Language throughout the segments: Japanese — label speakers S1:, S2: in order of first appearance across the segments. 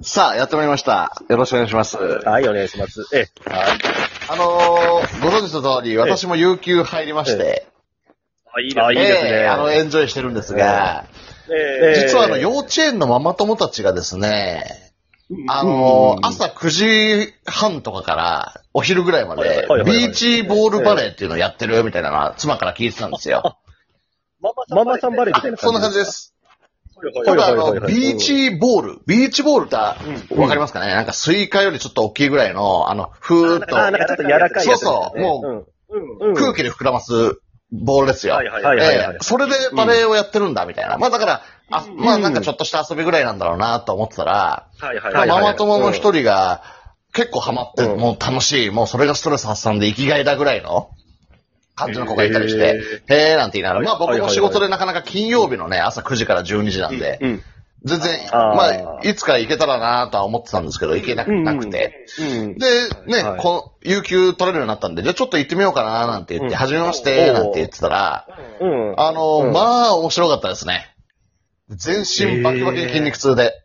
S1: さあ、やってまいりました。よろしくお願いします。
S2: はい、お願いします。はい。
S1: ご存知の通り、私も有給入りまして、
S2: いいですね。いいですね。
S1: エンジョイしてるんですが、実は幼稚園のママ友たちがですね、朝9時半とかからお昼ぐらいまで、ビーチボールバレーっていうのをやってるみたいなのは妻から聞いてたんですよ。
S2: ママさんバレーみたいな感じ。
S1: そんな感じです。ただビーチボールってわかりますかね、なんかスイカよりちょっと大きいぐらいの、ふーっと。
S2: なんかちょっと柔らかいやつ。
S1: そうそう、もう、空気で膨らますボールですよ。それでバレーをやってるんだ、みたいな。まあだから、まあなんかちょっとした遊びぐらいなんだろうなと思ってたら、ママ友の一人が結構ハマって、もう楽しい、もうそれがストレス発散で生きがいだぐらいの感じの子がいたりして、へーなんて言いながら、まあ僕も仕事でなかなか金曜日のね、朝9時から12時なんで、全然、まあ、いつか行けたらなとは思ってたんですけど、行けなくて。で、ね、有給取れるようになったんで、じゃあちょっと行ってみようかななんて言って、はじめましてなんて言ってたら、まあ、面白かったですね。全身バキバキに筋肉痛で。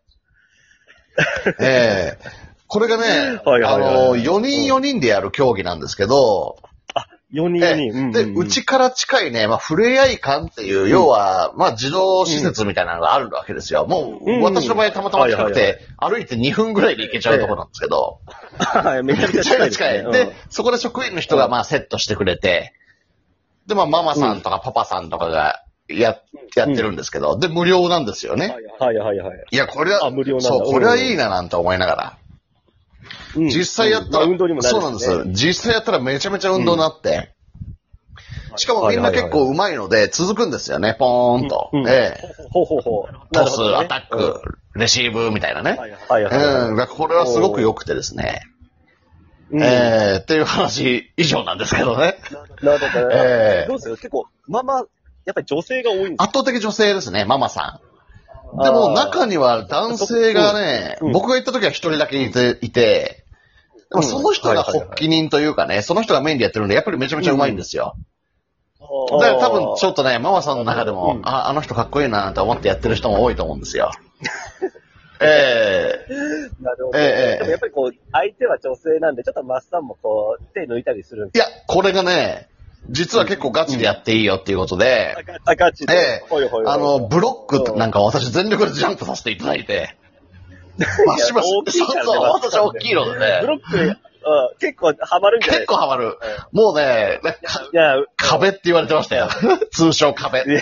S1: これがね、4人4人でやる競技なんですけど、
S2: 4人4人。
S1: で、うちから近いね、まあ、ふれあい館っていう、要は、まあ、児童施設みたいなのがあるわけですよ。もう、私の場合たまたま近くて、歩いて2分ぐらいで行けちゃうところなんですけど。
S2: めちゃめちゃ近い。
S1: で、そこで職員の人がまあ、セットしてくれて、で、まあ、ママさんとかパパさんとかがやってるんですけど、で、無料なんですよね。いや、これは、そう、これはいいななんて思いながら。実際やったら、そうなんです。実際やったらめちゃめちゃ運動になって、しかもみんな結構上手いので続くんですよね、ポーンと。トス、アタック、レシーブみたいなね。これはすごく良くてですね。っていう話以上なんですけどね。
S2: なるほど。どうですか結構、ママ、やっぱり女性が多いんですか？
S1: 圧倒的女性ですね、ママさん。でも中には男性がね、僕が行った時は一人だけいて、でもその人が発起人というかね、その人がメインでやってるんで、やっぱりめちゃめちゃ上手いんですよ。だから多分ちょっとね、ママさんの中でも、あの人かっこいいなと思ってやってる人も多いと思うんですよ。
S2: なるほど。でもやっぱりこう、相手は女性なんで、ちょっとマッサンもこう、手抜いたりするんですか？
S1: いや、これがね、実は結構ガチでやっていいよっていうことで、
S2: ガチで。
S1: ブロックなんか私全力でジャンプさせていただいて、
S2: 大きいからね。
S1: そう、私大きいのでね。
S2: ブロック、結構ハマるんじゃないですか？
S1: 結構ハマる。もうね、壁って言われてましたよ。通称壁。で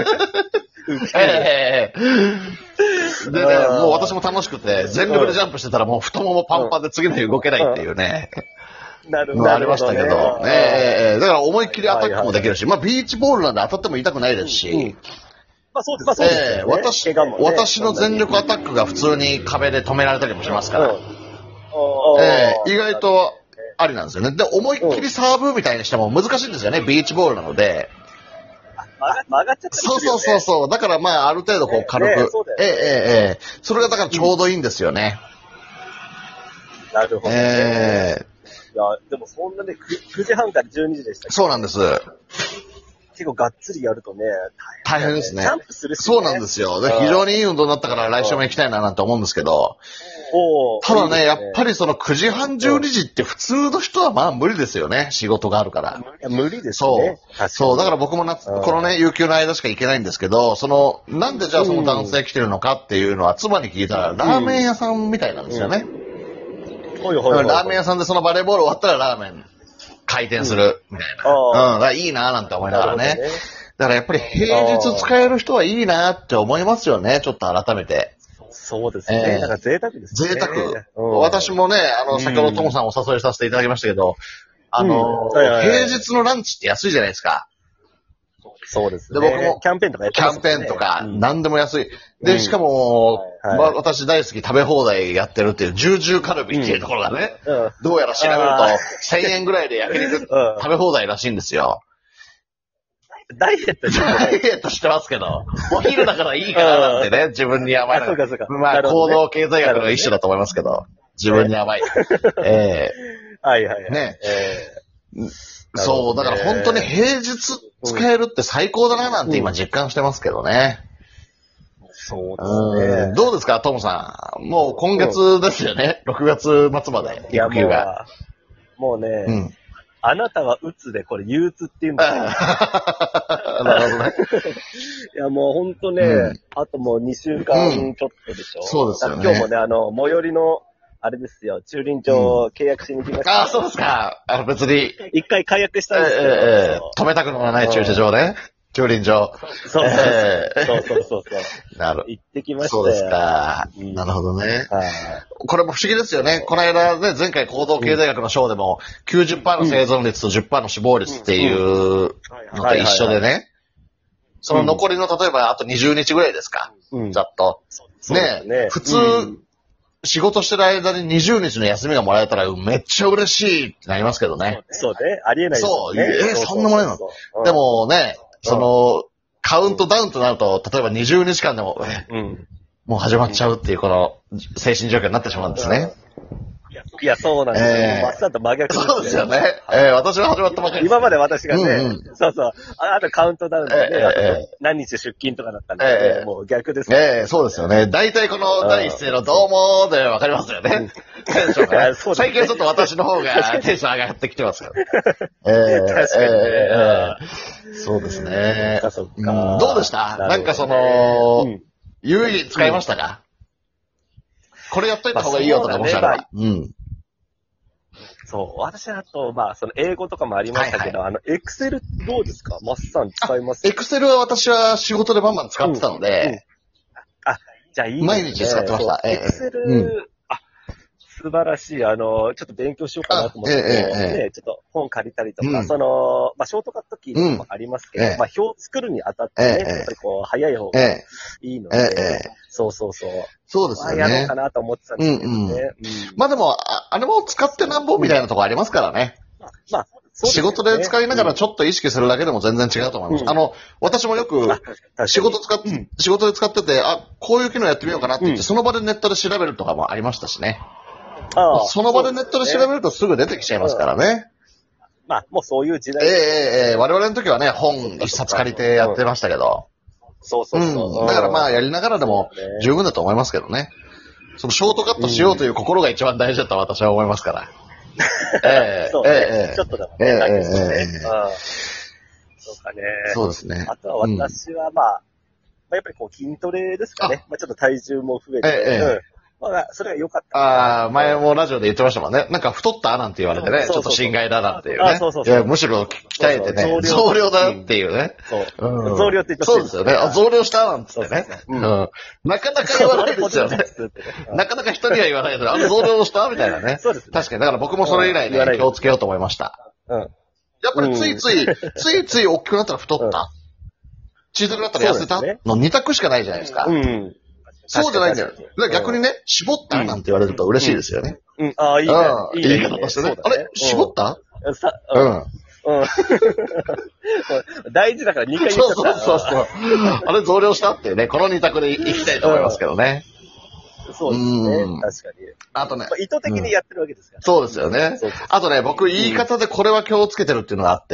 S1: ね、もう私も楽しくて、全力でジャンプしてたらもう太ももパンパンで次の日動けないっていうね。
S2: なるほど。
S1: ありましたけど。だから思いっきりアタックもできるし、まあビーチボールなんで当たっても痛くないですし、
S2: まあそうですね。
S1: 私の全力アタックが普通に壁で止められたりもしますから。意外とありなんですよね。で、思いっきりサーブみたいにしても難しいんですよね、ビーチボールなので。
S2: 曲がっちゃったりするよね。
S1: そう。だからまあ、ある程度こう軽く。それがだからちょうどいいんですよね。
S2: なるほどね。いや、でもそんなね、9時半から12時でしたっけ？
S1: そうなんです。
S2: 結構がっつりやるとね、
S1: 大変ですね。
S2: ジャンプするしね。
S1: そうなんですよ。非常にいい運動になったから来週も行きたいななんて思うんですけど、ただね、やっぱりその9時半12時って普通の人はまあ無理ですよね。仕事があるから。
S2: 無理ですね。
S1: そう。だから僕もこのね、有給の間しか行けないんですけど、なんでじゃあその男性来てるのかっていうのは妻に聞いたら、ラーメン屋さんみたいなんですよね。ラーメン屋さんでそのバレーボール終わったらラーメン回転するみたいな。だからいいななんて思いながらね。だからやっぱり平日使える人はいいなって思いますよね。ちょっと改めて。
S2: そうですね。なんか贅沢ですね。
S1: 贅沢。私もね、先ほどトモさんお誘いさせていただきましたけど、平日のランチって安いじゃないですか。
S2: そうですね。
S1: で、僕も
S2: キャンペーンとかやってますね。
S1: キャンペーンとか、何でも安い。で、しかも、私大好き食べ放題やってるっていう、ジュージューカルビっていうところがね、どうやら調べると、1000円ぐらいで焼肉食べ放題らしいんですよ。
S2: ダイエット
S1: してますけど、お昼だからいいかななんてね、自分に甘い。
S2: そうか。
S1: まあ、行動経済学の一種だと思いますけど、自分に甘い。ね。そう、だから本当に平日使えるって最高だななんて今実感してますけどね。
S2: そうですね。
S1: どうですか、トムさん。もう今月ですよね。6月末まで。
S2: いや、もうね、あなたは鬱で、これ憂鬱って言うんだよ。
S1: なるほどね。
S2: いや、もうほんとね、あともう2週間ちょっとでしょ。
S1: そうですよね。
S2: 今日もね、最寄りの、あれですよ、駐輪場契約しに来ました。
S1: そうですか。別に。
S2: 一回解約したんですけ
S1: ど。止めたくのがない駐車場ね。駐輪場。
S2: そう。
S1: なる。
S2: 行ってきましたよ。
S1: そうですか。なるほどね。これも不思議ですよね。この間ね、前回行動経済学の章でも、90% の生存率と 10% の死亡率っていうのと一緒でね。その残りの、例えばあと20日ぐらいですか。ざっと。ね、普通、仕事してる間に20日の休みがもらえたらめっちゃ嬉しいってなりますけどね。
S2: そうね。ありえないですね。
S1: そう。そんなものなの。でもね、カウントダウンとなると、例えば20日間でも、もう始まっちゃうっていうこの精神状況になってしまうんですね。
S2: いや、そうなんですよ。マッサンと真逆ですね。
S1: そうですよね。私は始まったばかり。
S2: 今まで私がね、そうそう。あとカウントダウンでね、何日出勤とかだったんで、もう逆ですね。
S1: そうですよね。大体この第一声のどうもーでわかりますよね。テンションが。最近ちょっと私の方がテンション上がってきてますから。
S2: 確かに。
S1: そうですね。どうでしたなんか有意義使いましたかこれやっといた方がいいよとかもしあれば。
S2: そう。私は英語とかもありましたけど、エクセルどうですかマッサン使います
S1: エクセルは私は仕事でバンバン使ってたので、
S2: じゃあいいですね。
S1: 毎日使ってました。
S2: エクセル、素晴らしい。ちょっと勉強しようかなと思って、ちょっと本借りたりとか、ショートカットキーとかもありますけど、表を作るにあたってね、やっぱり早い方がいいので、そう。
S1: そうですよね。
S2: やろうかなと思ってたんですけどね。
S1: まあでも、あれも使ってなんぼみたいなとこありますからね。仕事で使いながらちょっと意識するだけでも全然違うと思います。私もよく仕事で使ってて、こういう機能やってみようかなって言って、その場でネットで調べるとかもありましたしね。その場でネットで調べるとすぐ出てきちゃいますからね。
S2: もうそういう時代。
S1: 我々の時はね、本一冊借りてやってましたけど。
S2: そう。
S1: だからやりながらでも十分だと思いますけどね。そのショートカットしようという心が一番大事だと私は思いますから。
S2: そうね。ちょっとでもね。そうかね。
S1: そうですね。
S2: あとは私はやっぱり筋トレですかね。ちょっと体重も増えて。それが良かった。
S1: 前もラジオで言ってましたもんね。なんか太ったなんて言われてね。ちょっと心外だなんていうね。いや、むしろ鍛えてね。増量だっていうね。
S2: 増量って言って
S1: そうですよね。増量したなんつってね。なかなか言わないですよね。なかなか人には言わないけど、増量したみたいなね。そうです。確かに。だから僕もそれ以来ね、気をつけようと思いました。やっぱりついつい大きくなったら太った小さくなったら痩せたの2択しかないじゃないですか。そうじゃないんだよ。逆にね、絞ったなんて言われると嬉しいですよね。
S2: いいね。
S1: いい言い方してね。あれ絞った
S2: 大事だから2回言っちゃった。
S1: そう。あれ増量したっていうね、この2択でいきたいと思いますけどね。
S2: そうですね。確かに。
S1: あとね。
S2: 意図的にやってるわけですから。
S1: そうですよね。あとね、僕言い方でこれは気をつけてるっていうのがあって、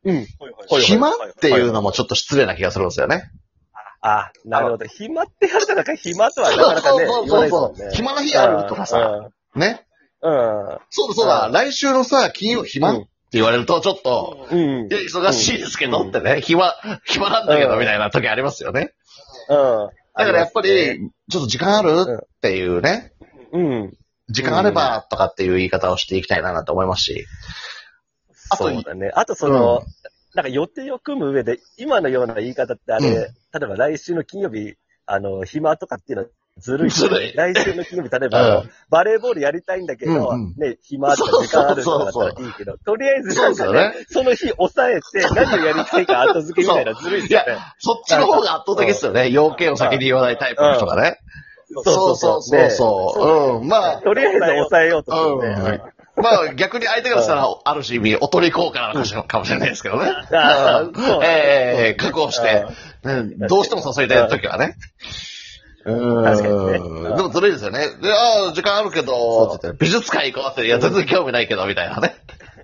S1: 暇っていうのもちょっと失礼な気がするんですよね。
S2: なるほど。暇ってやるとなんか暇とはなかなかね。
S1: そう。暇な日あるとかさ。ね。そうだ。来週のさ、金曜暇って言われるとちょっと、いや、忙しいですけどってね、暇なんだけどみたいな時ありますよね。だからやっぱり、ちょっと時間あるっていうね。時間あればとかっていう言い方をしていきたいなと思いますし。
S2: そうだね。あとなんか予定を組む上で、今のような言い方って例えば来週の金曜日、暇とかっていうのはずるい。来週の金曜日、例えば、バレーボールやりたいんだけど、ね、暇とか時間あるとかだったらいいけど、とりあえずなんかね、その日抑えて、何をやりたいか後付けみたいなずるいですよね。
S1: そっちの方が圧倒的ですよね。要件を先に言わないタイプの人がね。そう。
S2: とりあえず抑えようとするね。
S1: 逆に相手からしたら、ある種意味、おとり効果なのかもしれないですけどね。覚悟して、どうしても誘いたい時はね。
S2: 確かにね。
S1: でもずるいですよね。で、時間あるけど、美術館行こうって、いや、全然興味ないけど、みたいなね。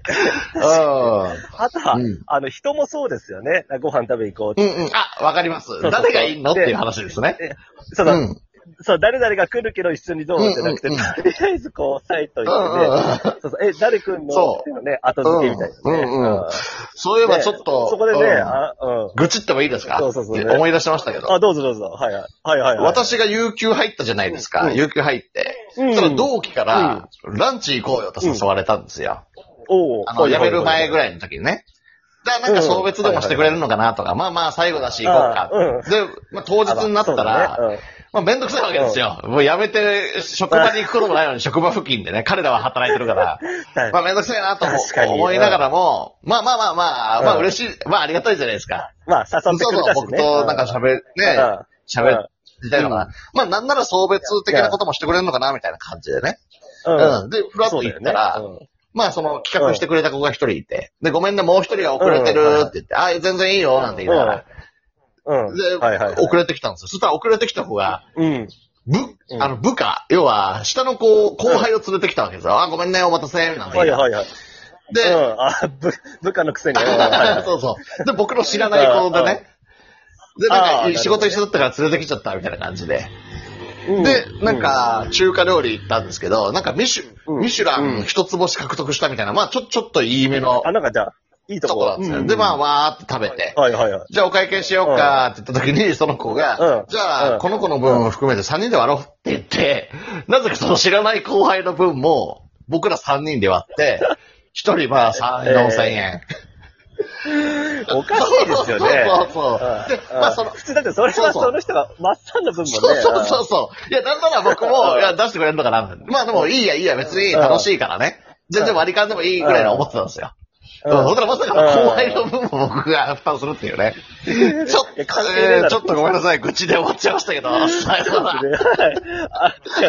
S2: あとは、人もそうですよね。ご飯食べ行こうって。
S1: あ、わかります。誰がいいのっていう話ですね。
S2: そう、誰々が来るけど一緒にどうじゃなくて、とりあえずこう、サイト行ってね、誰来んのっていうのね、後付けみたいなね。
S1: そういえばちょっと、
S2: そこでね、
S1: 愚痴ってもいいですか？
S2: そう
S1: 思い出しましたけど。
S2: あ、どうぞどうぞ。はい。
S1: 私が有給入ったじゃないですか。有給入って。そしたら同期から、ランチ行こうよと誘われたんですよ。辞める前ぐらいの時にね。だからなんか送別でもしてくれるのかなとか、まあまあ最後だし行こうか。で、当日になったら、まあめんどくさいわけですよ。もう辞めて職場に行くこともないのに職場付近でね、彼らは働いてるから、まあめんどくさいなと思いながらも、まあ嬉しい、まあありがたいじゃないですか。
S2: まあ誘ってくれたしね。
S1: 僕となんか喋りたいのかな。まあなんなら送別的なこともしてくれるのかなみたいな感じでね。で、フラッと行ったら、まあその企画してくれた子が一人いて、で、ごめんね、もう一人が遅れてるって言って、ああ、全然いいよ、なんて言いながら。で、遅れてきたんですよ。そしたら遅れてきた子が、部下、要は、下の後輩を連れてきたわけですよ。あ、ごめんね、お待たせ、なんて言いながら。で、
S2: 部下のくせに。
S1: そうそう。で、僕の知らない子でね。で、なんか、仕事一緒だったから連れてきちゃったみたいな感じで。で、なんか、中華料理行ったんですけど、なんかミシュラン一つ星獲得したみたいな、まあちょっといいめの。
S2: なんかじゃあ、いいとこ
S1: なんですよ。で、まあ、わーって食べて。じゃあお会計しようかって言った時に、その子が、じゃあ、この子の分を含めて3人で割ろうって言って、なぜかその知らない後輩の分も、僕ら3人で割って、1人まあ3、4千円。
S2: おかしいですよね。
S1: そう。で、まあ
S2: 普通だってそれはその人がマッサンの分もね。
S1: そう。いや、なんなら僕も、いや、出してくれるのかな。まあでも、いいや、別に楽しいからね。全然割り勘でもいいぐらいに思ってたんですよ。そしたらまさか後輩の分も僕が負担するっていうね。ちょっとごめんなさい、愚痴で終わっちゃいましたけど、さよなら。